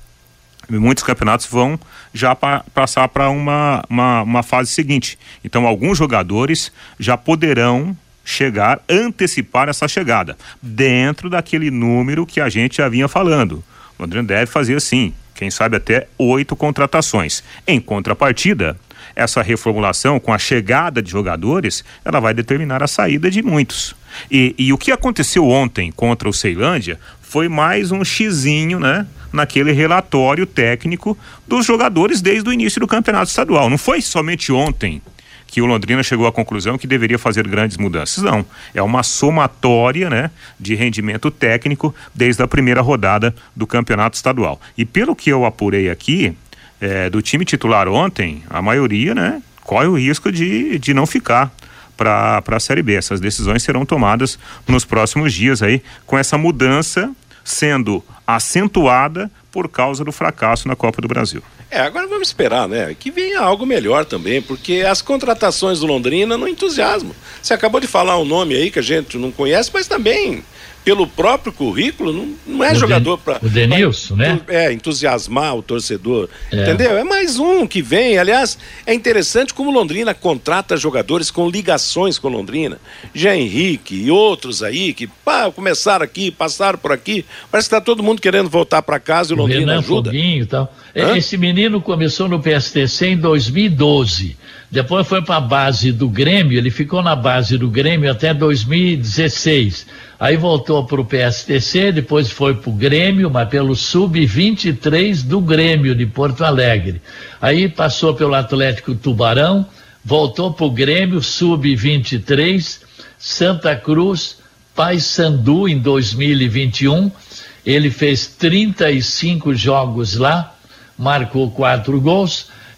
Muitos campeonatos vão já pa- passar para uma, uma, uma fase seguinte. Então alguns jogadores já poderão chegar, antecipar essa chegada, dentro daquele número que a gente já vinha falando. O Londrina deve fazer assim, quem sabe até oito contratações. Em contrapartida, essa reformulação com a chegada de jogadores, ela vai determinar a saída de muitos. E, e o que aconteceu ontem contra o Ceilândia foi mais um xizinho, né, naquele relatório técnico dos jogadores desde o início do campeonato estadual. Não foi somente ontem que o Londrina chegou à conclusão que deveria fazer grandes mudanças. Não, é uma somatória, né, de rendimento técnico desde a primeira rodada do campeonato estadual. E pelo que eu apurei aqui, é, do time titular ontem, a maioria, né, corre o risco de, de não ficar para a Série B. Essas decisões serão tomadas nos próximos dias aí, com essa mudança sendo acentuada por causa do fracasso na Copa do Brasil. É, agora vamos esperar, né? Que venha algo melhor também, porque as contratações do Londrina não entusiasmam. Você acabou de falar um nome aí que a gente não conhece, mas também pelo próprio currículo não, não é o jogador para... O Denilson, pra, né? É, entusiasmar o torcedor, é. entendeu? É mais um que vem. Aliás, é interessante como Londrina contrata jogadores com ligações com Londrina. Jean Henrique e outros aí que pá, começaram aqui, passaram por aqui. Parece que está todo mundo querendo voltar para casa e o Londrina Renan ajuda. Foguinho e tal. Hã? Esse menino começou no P S T C em dois mil e doze. Depois foi para a base do Grêmio, ele ficou na base do Grêmio até dois mil e dezesseis. Aí voltou para o P S T C, depois foi para o Grêmio, mas pelo sub vinte e três do Grêmio de Porto Alegre. Aí passou pelo Atlético Tubarão, voltou para o Grêmio, sub vinte e três, Santa Cruz, Paysandu em dois mil e vinte e um. Ele fez trinta e cinco jogos lá, marcou quatro gols.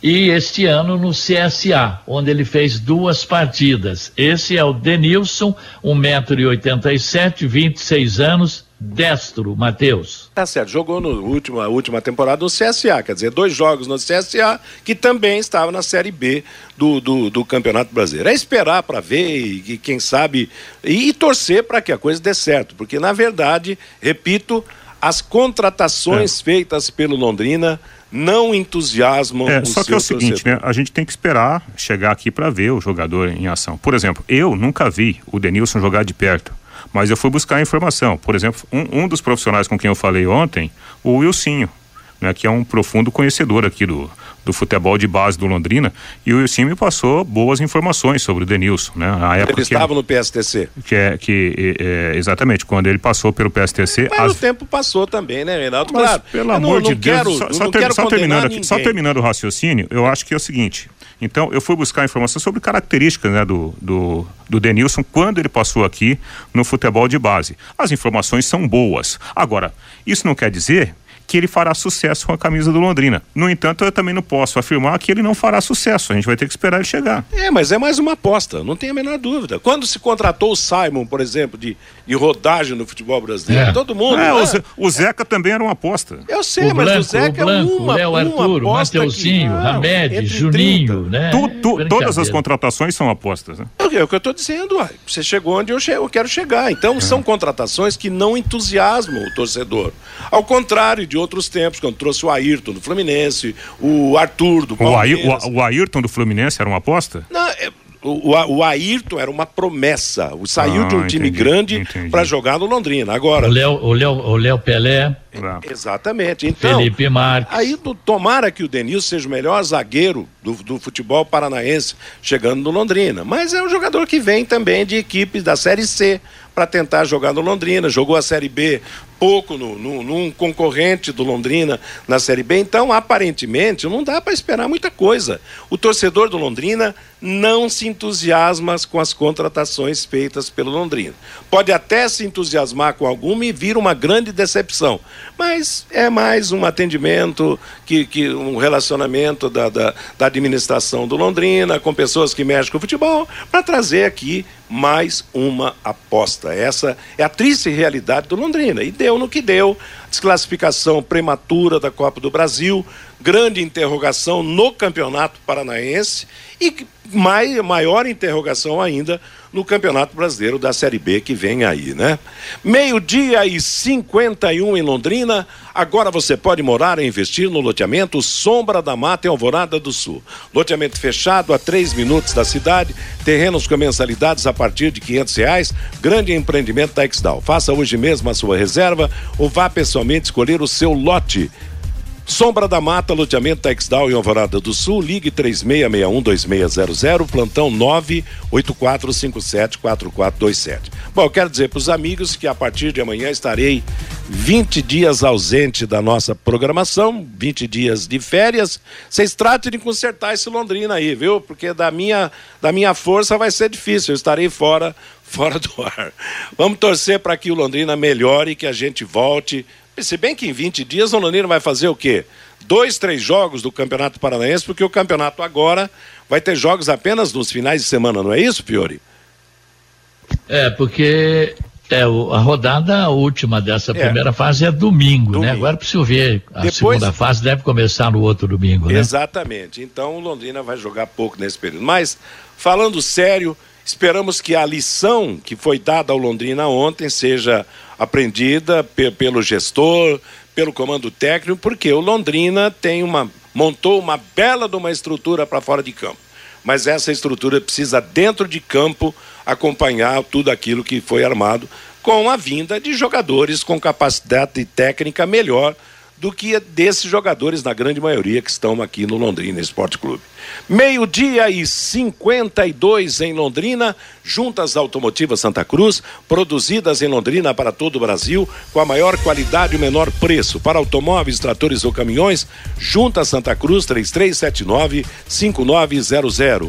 e este ano no C S A, onde ele fez duas partidas. Esse é o Denilson, um metro e oitenta e sete, vinte e seis anos, destro, Matheus. Tá certo, jogou no último, a última temporada no C S A, quer dizer, dois jogos no C S A, que também estava na Série B do, do, do Campeonato Brasileiro. É esperar para ver e, e quem sabe, e, e torcer para que a coisa dê certo, porque na verdade, repito, as contratações é. feitas pelo Londrina não entusiasmam é, o só seu que é o seguinte, torcedor. né? A gente tem que esperar chegar aqui para ver o jogador em ação. Por exemplo, eu nunca vi o Denilson jogar de perto, mas eu fui buscar informação. Por exemplo, um, um dos profissionais com quem eu falei ontem, o Wilsinho, né, que é um profundo conhecedor aqui do, do futebol de base do Londrina, e o Wilsinho me passou boas informações sobre o Denilson, né? Na época ele estava no P S T C. Que é, que, é, exatamente, quando ele passou pelo P S T C... Mas as... o tempo passou também, né, Reinaldo? Mas, claro, pelo amor não, de não Deus, quero, só, só, não ter, quero só, terminando aqui, só ninguém. terminando o raciocínio, eu acho que é o seguinte, então eu fui buscar informação sobre características, né, do, do, do Denilson quando ele passou aqui no futebol de base. As informações são boas. Agora, isso não quer dizer que ele fará sucesso com a camisa do Londrina. No entanto, eu também não posso afirmar que ele não fará sucesso. A gente vai ter que esperar ele chegar. É, mas é mais uma aposta, não tem a menor dúvida. Quando se contratou o Simon, por exemplo, de, de rodagem no futebol brasileiro, é. todo mundo... É, né? o, Ze, o Zeca também era uma aposta. Eu sei, o mas Blanco, o Zeca o Blanco, é uma, Léo uma Arturo, aposta Mateuzinho, que, Hamed, Juninho, né? Tu, tu, todas as contratações são apostas, né? É o que eu estou dizendo, uai. Você chegou onde eu, chego, eu quero chegar. Então, é. são contratações que não entusiasmam o torcedor. Ao contrário de outros tempos, quando trouxe o Ayrton do Fluminense, o Arthur do Palmeiras. O, o, o Ayrton do Fluminense era uma aposta? Não, é, o, o, o Ayrton era uma promessa. O saiu ah, de um time entendi, grande para jogar no Londrina. Agora, o Léo, o Léo, o Léo Pelé. É, exatamente. Então, Felipe Marques. Aí tomara que o Denilson seja o melhor zagueiro do, do futebol paranaense chegando no Londrina. Mas é um jogador que vem também de equipes da Série C para tentar jogar no Londrina. Jogou a Série B pouco no, no, num concorrente do Londrina na Série B. Então, aparentemente, não dá para esperar muita coisa. O torcedor do Londrina não se entusiasma com as contratações feitas pelo Londrina. Pode até se entusiasmar com alguma e vir uma grande decepção. Mas é mais um atendimento, que, que um relacionamento da, da, da administração do Londrina com pessoas que mexem com o futebol para trazer aqui mais uma aposta. Essa é a triste realidade do Londrina. E deu no que deu. Desclassificação prematura da Copa do Brasil, grande interrogação no Campeonato Paranaense e mai, maior interrogação ainda no Campeonato Brasileiro da Série B que vem aí, né? Meio-dia e cinquenta e um em Londrina. Agora você pode morar e investir no loteamento Sombra da Mata em Alvorada do Sul. Loteamento fechado a três minutos da cidade, terrenos com mensalidades a partir de quinhentos reais, grande empreendimento da Exdal. Faça hoje mesmo a sua reserva ou vá pessoalmente escolher o seu lote. Sombra da Mata, loteamento Texdal em Alvorada do Sul, ligue três seis seis um dois seis zero zero, plantão nove oito quatro cinco sete quatro quatro dois sete. Bom, eu quero dizer para os amigos que a partir de amanhã estarei vinte dias ausente da nossa programação, vinte dias de férias. Vocês tratem de consertar esse Londrina aí, viu? Porque da minha, da minha força vai ser difícil, eu estarei fora, fora do ar. Vamos torcer para que o Londrina melhore, que a gente volte. Se bem que em vinte dias o Londrina vai fazer o quê? Dois, três jogos do Campeonato Paranaense, porque o campeonato agora vai ter jogos apenas nos finais de semana, não é isso, Fiori? É, porque é, a rodada última dessa é. primeira fase é domingo, domingo. né? Agora preciso ver, a Depois... segunda fase deve começar no outro domingo, né? Exatamente, então o Londrina vai jogar pouco nesse período. Mas, falando sério, esperamos que a lição que foi dada ao Londrina ontem seja aprendida pe- pelo gestor, pelo comando técnico, porque o Londrina tem uma, montou uma bela de uma estrutura para fora de campo. Mas essa estrutura precisa, dentro de campo, acompanhar tudo aquilo que foi armado com a vinda de jogadores com capacidade técnica melhor do que desses jogadores, na grande maioria, que estão aqui no Londrina Esporte Clube. Meio-dia e cinquenta e dois em Londrina, Juntas Automotivas Santa Cruz, produzidas em Londrina para todo o Brasil, com a maior qualidade e o menor preço. Para automóveis, tratores ou caminhões, Juntas Santa Cruz, três três sete nove cinco nove zero zero.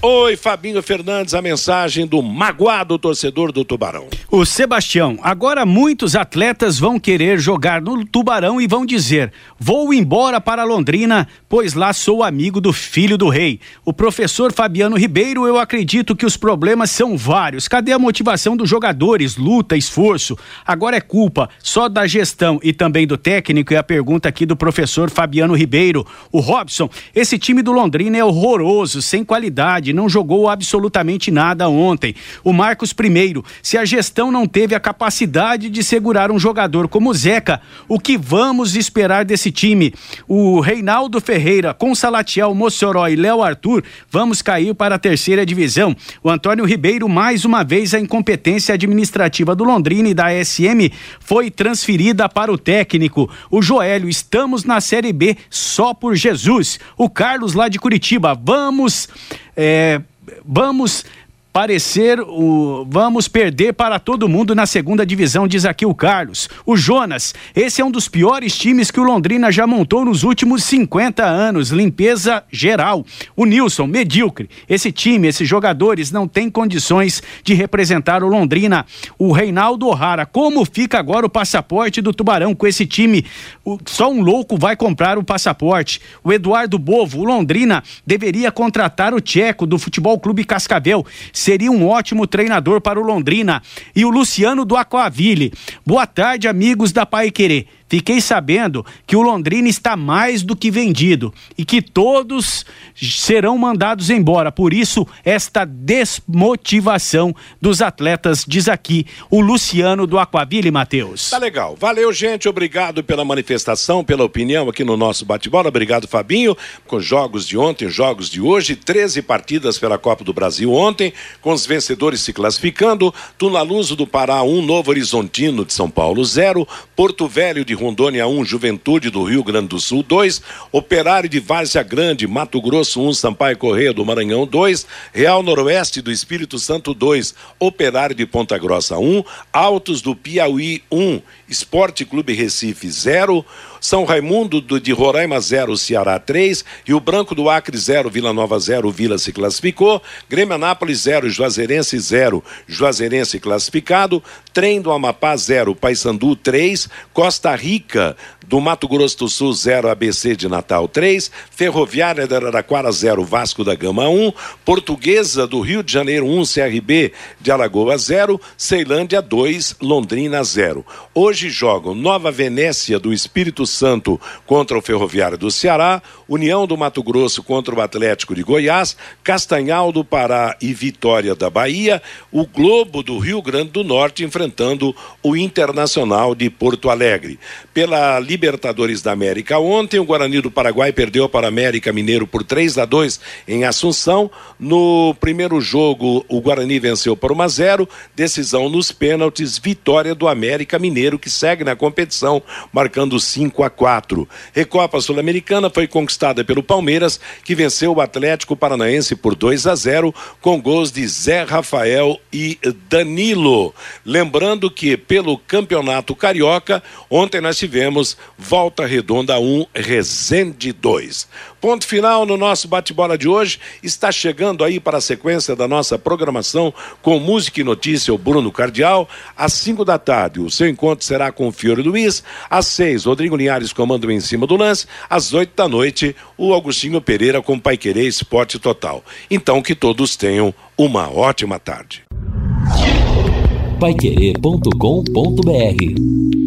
Oi, Fabinho Fernandes, a mensagem do magoado torcedor do Tubarão. O Sebastião, agora muitos atletas vão querer jogar no Tubarão e vão dizer, vou embora para Londrina, pois lá sou amigo do filho do rei. O professor Fabiano Ribeiro, eu acredito que os problemas são vários. Cadê a motivação dos jogadores? Luta, esforço. Agora é culpa só da gestão e também do técnico, é a pergunta aqui do professor Fabiano Ribeiro. O Robson, esse time do Londrina é horroroso, sem qualidade, não jogou absolutamente nada ontem. O Marcos Primeiro, se a gestão não teve a capacidade de segurar um jogador como o Zeca, o que vamos esperar desse time? O Reinaldo Ferreira, com Salatiel, Mossoró e Léo Arthur, vamos cair para a terceira divisão. O Antônio Ribeiro, mais uma vez a incompetência administrativa do Londrina e da A S M foi transferida para o técnico. O Joélio, estamos na Série B só por Jesus. O Carlos lá de Curitiba, vamos É, vamos parecer o vamos perder para todo mundo na segunda divisão, diz aqui o Carlos. O Jonas, esse é um dos piores times que o Londrina já montou nos últimos cinquenta anos, limpeza geral. O Nilson, medíocre, esse time, esses jogadores não têm condições de representar o Londrina. O Reinaldo O'Hara, como fica agora o passaporte do Tubarão com esse time? O, só um louco vai comprar o passaporte. O Eduardo Bovo, o Londrina deveria contratar o Tcheco do Futebol Clube Cascavel, seria um ótimo treinador para o Londrina. E o Luciano do Aquaville, boa tarde, amigos da Paiquerê. Fiquei sabendo que o Londrina está mais do que vendido e que todos serão mandados embora. Por isso, esta desmotivação dos atletas, diz aqui o Luciano do Aquaville, Matheus. Tá legal. Valeu, gente. Obrigado pela manifestação, pela opinião aqui no nosso bate-bola. Obrigado, Fabinho. Com jogos de ontem, jogos de hoje, treze partidas pela Copa do Brasil ontem, com os vencedores se classificando. Tunaluso do Pará um, Novo Horizontino de São Paulo zero, Porto Velho de Rondônia um, Juventude do Rio Grande do Sul dois, Operário de Várzea Grande, Mato Grosso um, Sampaio Correia do Maranhão dois, Real Noroeste do Espírito Santo dois, Operário de Ponta Grossa um, Altos do Piauí um, Esporte Clube Recife zero, São Raimundo do, de Roraima zero, Ceará três, Rio Branco do Acre zero, Vila Nova zero, Vila se classificou, Grêmio Anápolis zero, Juazeirense zero, Juazeirense classificado, Trem do Amapá zero, Paysandu três, Costa Rica do Mato Grosso do Sul zero, A B C de Natal três, Ferroviária de Araraquara zero, Vasco da Gama um, Portuguesa do Rio de Janeiro um, C R B de Alagoas zero, Ceilândia dois, Londrina zero. Hoje jogam Nova Venécia do Espírito Santo contra o Ferroviário do Ceará, União do Mato Grosso contra o Atlético de Goiás, Castanhal do Pará e Vitória da Bahia, o Globo do Rio Grande do Norte enfrentando o Internacional de Porto Alegre. Pela Libertadores da América ontem, o Guarani do Paraguai perdeu para o América Mineiro por três a dois em Assunção. No primeiro jogo, o Guarani venceu por um a zero, decisão nos pênaltis, vitória do América Mineiro, que segue na competição, marcando cinco a quatro. Recopa Sul-Americana foi conquistada pelo Palmeiras, que venceu o Atlético Paranaense por dois a zero, com gols de Zé Rafael e Danilo. Lembrando que pelo Campeonato Carioca, ontem nós tivemos Volta Redonda um, Resende dois. Ponto final no nosso bate-bola de hoje. Está chegando aí para a sequência da nossa programação com música e notícia o Bruno Cardial. Às cinco da tarde, o seu encontro será com o Fiore Luiz. Às seis, Rodrigo Linhares comanda em cima do lance. Às oito da noite, o Augustinho Pereira com Paiquerê Esporte Total. Então, que todos tenham uma ótima tarde. paiquerê ponto com ponto br